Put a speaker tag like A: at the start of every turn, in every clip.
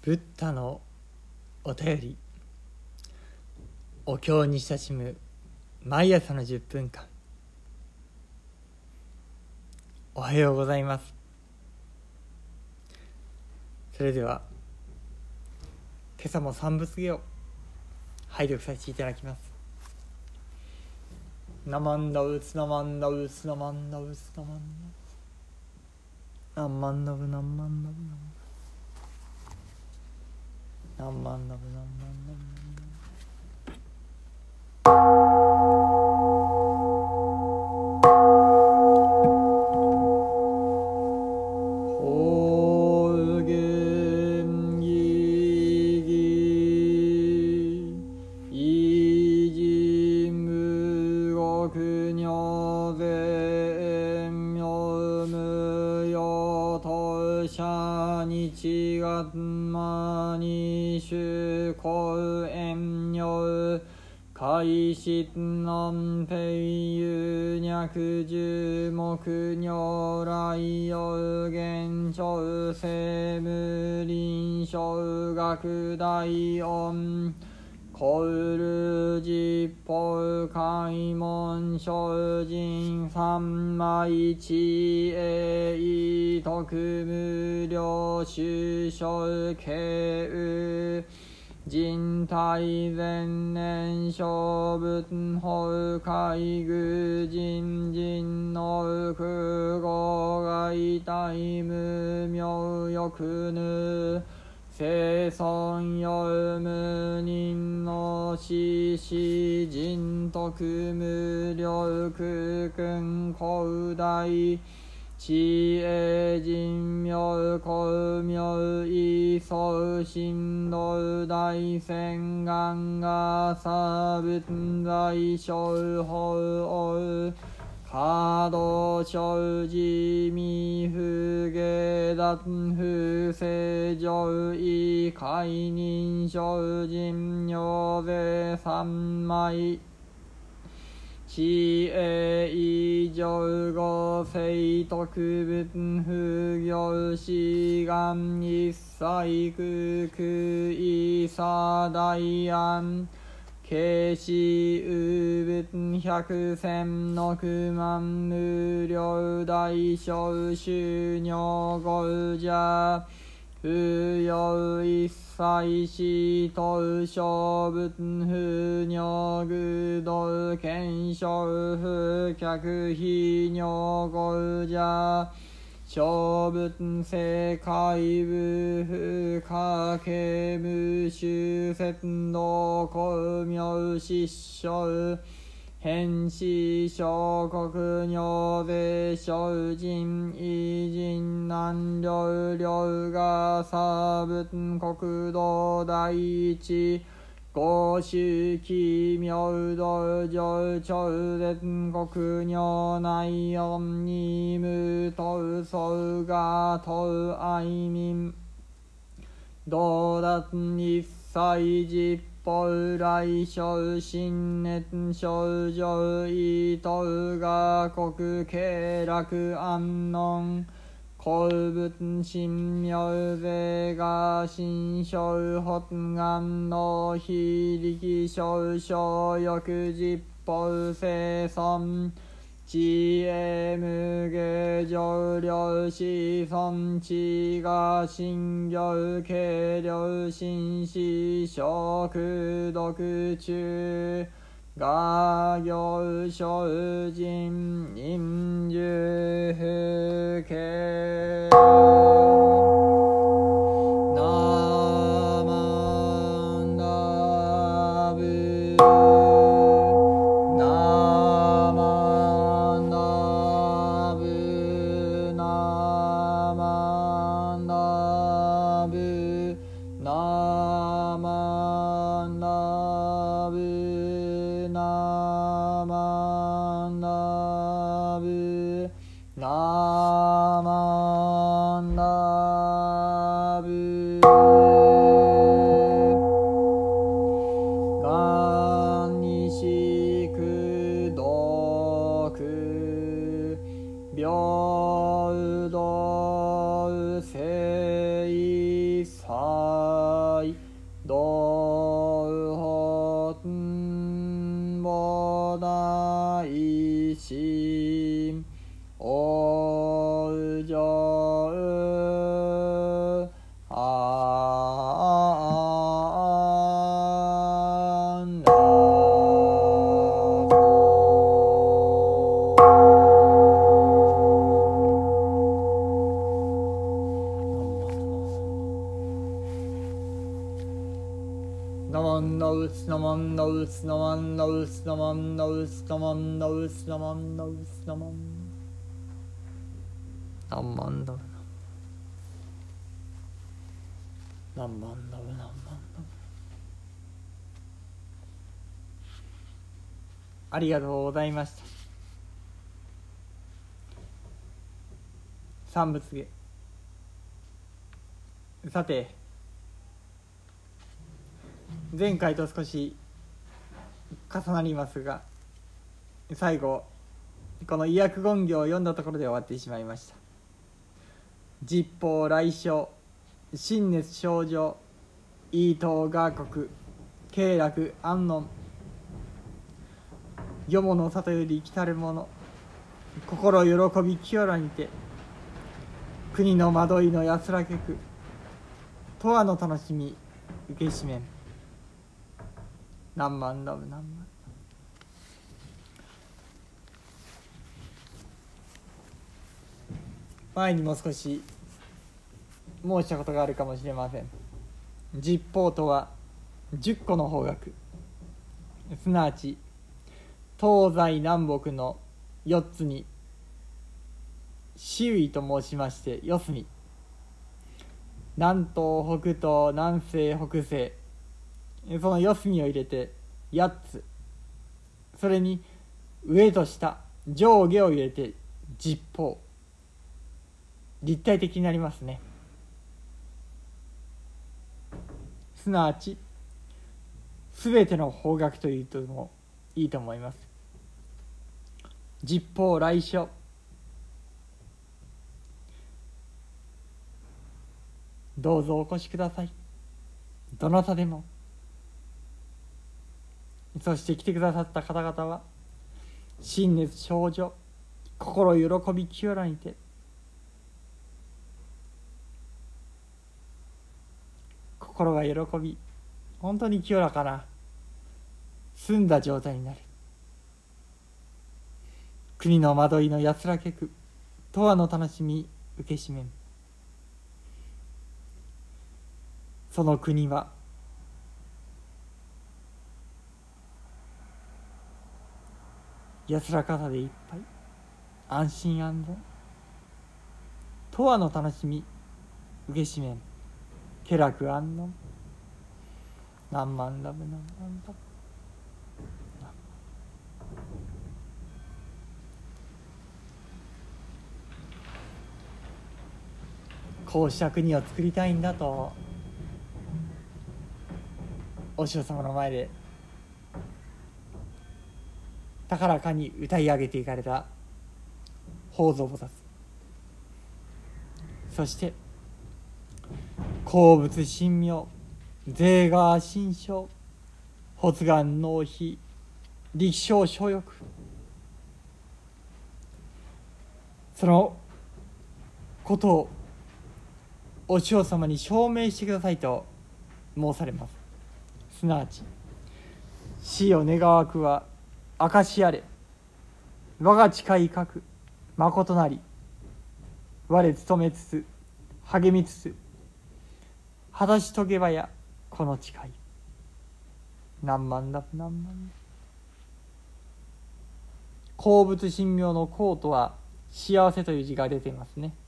A: ブッダのお便り、お経に親しむ毎朝の10分間。おはようございます。それでは今朝も三仏芸を拝読させていただきます。ナマンダウツナマンダウツナマンダウツナマンダウツナマンダウナンマンダウナンマンダウナンマンダウナンマンダウナンマンダウ日月間に主公遠慮開始南平有脈十目如来有現朝聖無臨床学大音コウル実法開門精進三昧知恵徳無量修正慶雨人体前年小仏法海愚人人の空語外大無明欲ぬ生尊有無人の死死人徳無量空君広大知恵人妙光妙意相心道大仙願が差仏在小法王華道生寺未不下脱不正上位解任精進妙税三昧知恵以上五聖徳仏不行志願一切空空異差大安慶始有仏百千億万無量大小衆如五者不要一切死等小仏不如愚道見性不客非如五者小仏世界部不可形無修説道光明失笑変死小国尿税小人異人難量量が差仏国土第一五種奇妙道上超絶国如内音二無等相が等愛民道達一切実法来小心熱症状意等が国経楽安穏公仏神妙税が心象発願の非力少々欲実法生存知恵無下上量子孫知が心行軽量心思小空毒中が行精進人寿不敬ナマンダブナマンダブナマンダブナマンダブナマンダブナマンダナマンダウスナマンダウスナマンダウスナマンダウスナマンダウスナマンダウスナマンナマンダウナマンダウナマンダウありがとうございました。三仏芸。さて前回と少し重なりますが、最後この医薬言行を読んだところで終わってしまいました。実法来生心熱症状異頭雅国経絡安穏よもの里より来たる者心喜び清らにて国の惑いの安らけく永遠の楽しみ受けしめん何万ラブ何万前にも少し申したことがあるかもしれません。実法とは10個の方角、すなわち東西南北の4つに四位と申しまして、四隅南東北東南西北西、その四隅を入れて8つ、それに上と下上下を入れて実法、立体的になりますね。すなわちすべての方角というともいいと思います。実法来生、どうぞお越しください。どなたでも。そして来てくださった方々は心熱症状心喜び清らにて心が喜び本当に清らかな澄んだ状態になる。国の惑いの安らけく永遠の楽しみ受けしめん。その国は安らかさでいっぱい、安心安全、永遠の楽しみ受けしめん。気楽安穏何万ラブ何万ラブ。こうした国を作りたいんだとお師匠様の前で高らかに歌い上げていかれた法蔵菩薩、そして鉱物神妙税が神聖発願納非力勝所欲、そのことをお師匠様に証明してくださいと申されます。すなわち死を願わくは証しあれ、我が誓い書くまことなり、我努めつつ励みつつ果たし遂げばやこの誓い。何万だ何万だ。鉱物神妙の鉱とは幸せという字が出ていますね。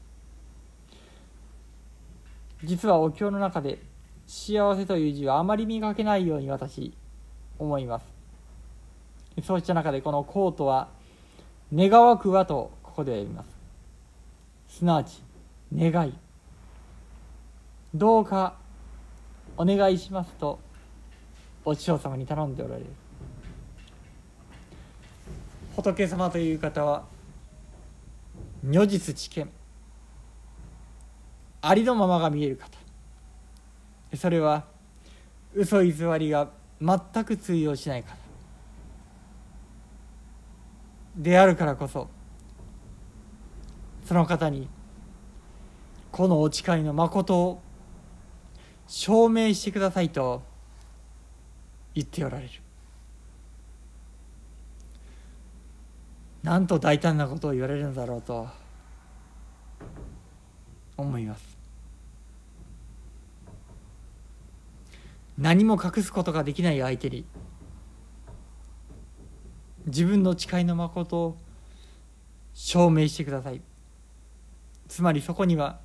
A: 実はお経の中で幸せという字はあまり見かけないように私思います。そうした中でこの鉱とは願わくはとここでは読みます。すなわち願い、どうかお願いしますとお師匠様に頼んでおられる。仏様という方は如実知見、ありのままが見える方、それは嘘偽りが全く通用しない方であるからこそ、その方にこのお誓いの誠を証明してくださいと言っておられる。なんと大胆なことを言われるのだろうと思います。 何も隠すことができない相手に自分の誓いの誠を証明してください。つまりそこには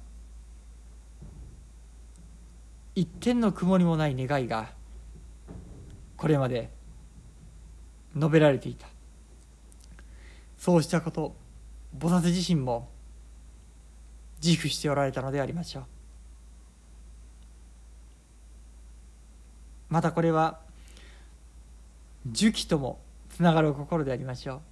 A: 一点の曇りもない願いがこれまで述べられていた。そうしたこと菩薩自身も自負しておられたのでありましょう。またこれは寿期ともつながる心でありましょう。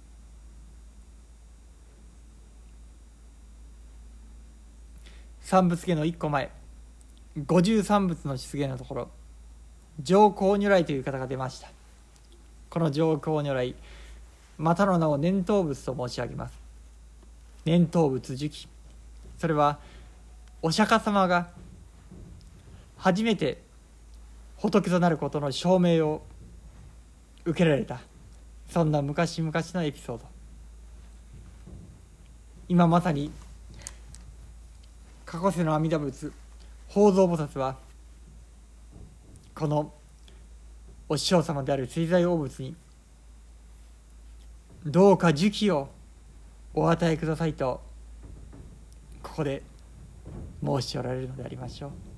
A: 三仏下の一個前、53仏の出現のところ、上皇如来という方が出ました。この上皇如来、またの名を念頭仏と申し上げます。念頭仏寿期、それはお釈迦様が初めて仏となることの証明を受けられた、そんな昔々のエピソード。今まさに過去世の阿弥陀仏法蔵菩薩はこのお師匠様である水財大仏にどうか寿期をお与えくださいとここで申しておられるのでありましょう。